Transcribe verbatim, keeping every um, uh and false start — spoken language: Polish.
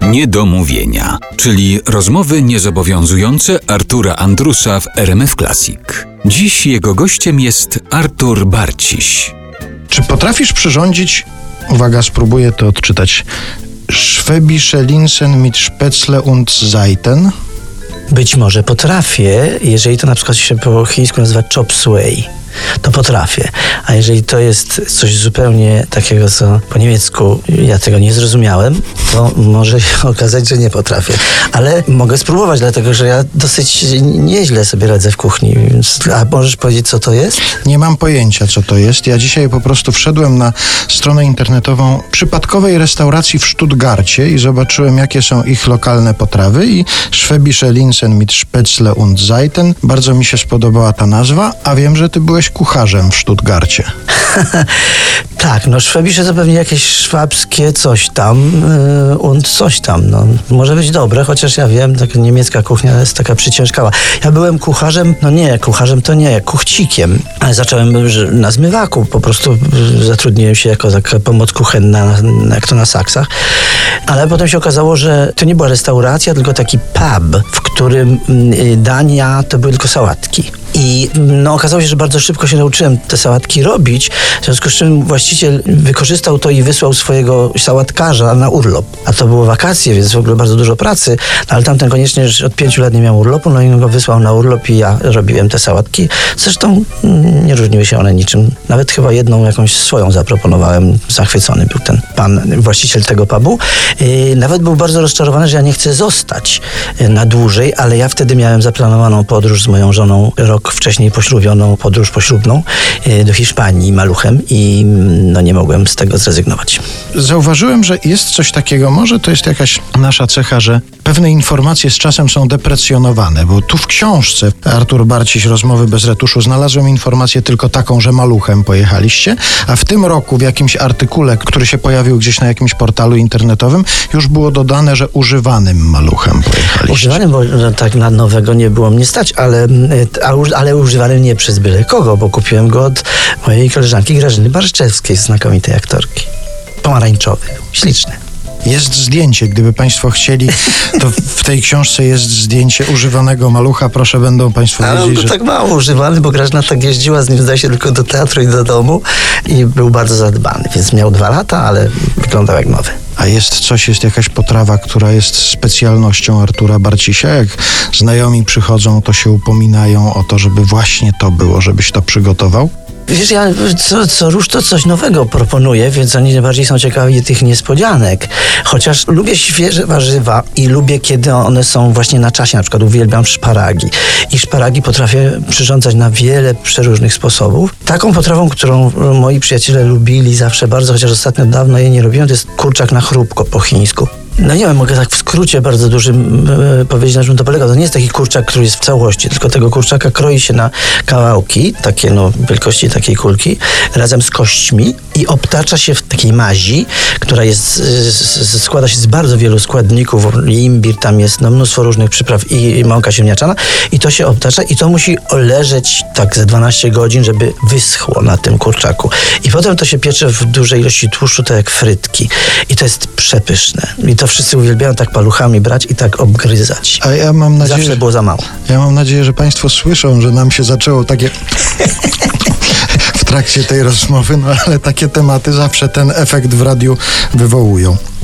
Niedomówienia, czyli rozmowy niezobowiązujące Artura Andrusa w R M F Classic. Dziś jego gościem jest Artur Barciś. Czy potrafisz przyrządzić, uwaga, spróbuję to odczytać, Schwäbische Linsen mit Spätzle und Seiten? Być może potrafię, jeżeli to na przykład się po chińsku nazywa chop suey, to potrafię. A jeżeli to jest coś zupełnie takiego, co po niemiecku ja tego nie zrozumiałem, to może się okazać, że nie potrafię. Ale mogę spróbować, dlatego że ja dosyć nieźle sobie radzę w kuchni. A możesz powiedzieć, co to jest? Nie mam pojęcia, co to jest. Ja dzisiaj po prostu wszedłem na stronę internetową przypadkowej restauracji w Stuttgarcie i zobaczyłem, jakie są ich lokalne potrawy i Schwäbische Linsen mit Spätzle und Seiten. Bardzo mi się spodobała ta nazwa, a wiem, że ty byłeś kucharzem w Stuttgarcie. Tak, no szwabisze to pewnie jakieś szwabskie coś tam yy, und coś tam. No, może być dobre, chociaż ja wiem, taka niemiecka kuchnia jest taka przyciężkała. Ja byłem kucharzem, no nie, kucharzem to nie, kuchcikiem. Ale zacząłem na zmywaku, po prostu zatrudniłem się jako taka pomoc kuchenna, jak to na saksach. Ale potem się okazało, że to nie była restauracja, tylko taki pub, w którym dania to były tylko sałatki. I no, okazało się, że bardzo szybko się nauczyłem te sałatki robić, w związku z czym właściciel wykorzystał to i wysłał swojego sałatkarza na urlop. A to było wakacje, więc w ogóle bardzo dużo pracy, no, ale tamten koniecznie już od pięciu lat nie miał urlopu, no i go wysłał na urlop i ja robiłem te sałatki. Zresztą nie różniły się one niczym. Nawet chyba jedną jakąś swoją zaproponowałem. Zachwycony był ten pan, właściciel tego pubu. Yy, nawet był bardzo rozczarowany, że ja nie chcę zostać na dłużej, ale ja wtedy miałem zaplanowaną podróż z moją żoną, rok wcześniej poślubioną, podróż poślubną yy, do Hiszpanii maluchem i no nie mogłem z tego zrezygnować. Zauważyłem, że jest coś takiego, może to jest jakaś nasza cecha, że pewne informacje z czasem są deprecjonowane, bo tu w książce Artur Barciś, Rozmowy bez retuszu, znalazłem informację tylko taką, że maluchem pojechaliście, a w tym roku w jakimś artykule, który się pojawił gdzieś na jakimś portalu internetowym, już było dodane, że używanym maluchem pojechaliście. Używanym, bo no, tak na nowego nie było mnie stać, ale, ale używanym nie przez byle kogo, bo kupiłem go od mojej koleżanki Grażyny Barszczewskiej, znakomitej aktorki. Pomarańczowy, śliczny. Jest zdjęcie, gdyby państwo chcieli, to w tej książce jest zdjęcie używanego malucha, proszę, będą państwo wiedzieć, ale on był że... tak mało używany, bo Grażyna tak jeździła z nim, zdaje się, tylko do teatru i do domu i był bardzo zadbany, więc miał dwa lata, ale wyglądał jak nowy. A jest coś, jest jakaś potrawa, która jest specjalnością Artura Barcisia? Jak znajomi przychodzą, to się upominają o to, żeby właśnie to było, żebyś to przygotował? Wiesz, ja co, co rusz to coś nowego proponuję, więc oni najbardziej są ciekawi tych niespodzianek. Chociaż lubię świeże warzywa i lubię, kiedy one są właśnie na czasie. Na przykład uwielbiam szparagi. I szparagi potrafię przyrządzać na wiele przeróżnych sposobów. Taką potrawą, którą moi przyjaciele lubili zawsze bardzo, chociaż ostatnio dawno jej nie robiłem, to jest kurczak na chrupko po chińsku. No nie wiem, mogę tak w skrócie bardzo dużym yy, powiedzieć, na czym to polega. To nie jest taki kurczak, który jest w całości, tylko tego kurczaka kroi się na kawałki, takie no wielkości takiej kulki, razem z kośćmi i obtacza się w takiej mazi, która jest, yy, składa się z bardzo wielu składników, imbir, tam jest no, mnóstwo różnych przypraw i, i mąka ziemniaczana i to się obtacza i to musi leżeć tak ze dwanaście godzin, żeby wyschło na tym kurczaku. I potem to się piecze w dużej ilości tłuszczu, tak jak frytki. I to jest przepyszne. I to wszyscy uwielbiają tak paluchami brać i tak obgryzać. A ja mam nadzieję, zawsze było za mało. Ja mam nadzieję, że państwo słyszą, że nam się zaczęło takie w trakcie tej rozmowy, no ale takie tematy zawsze ten efekt w radiu wywołują.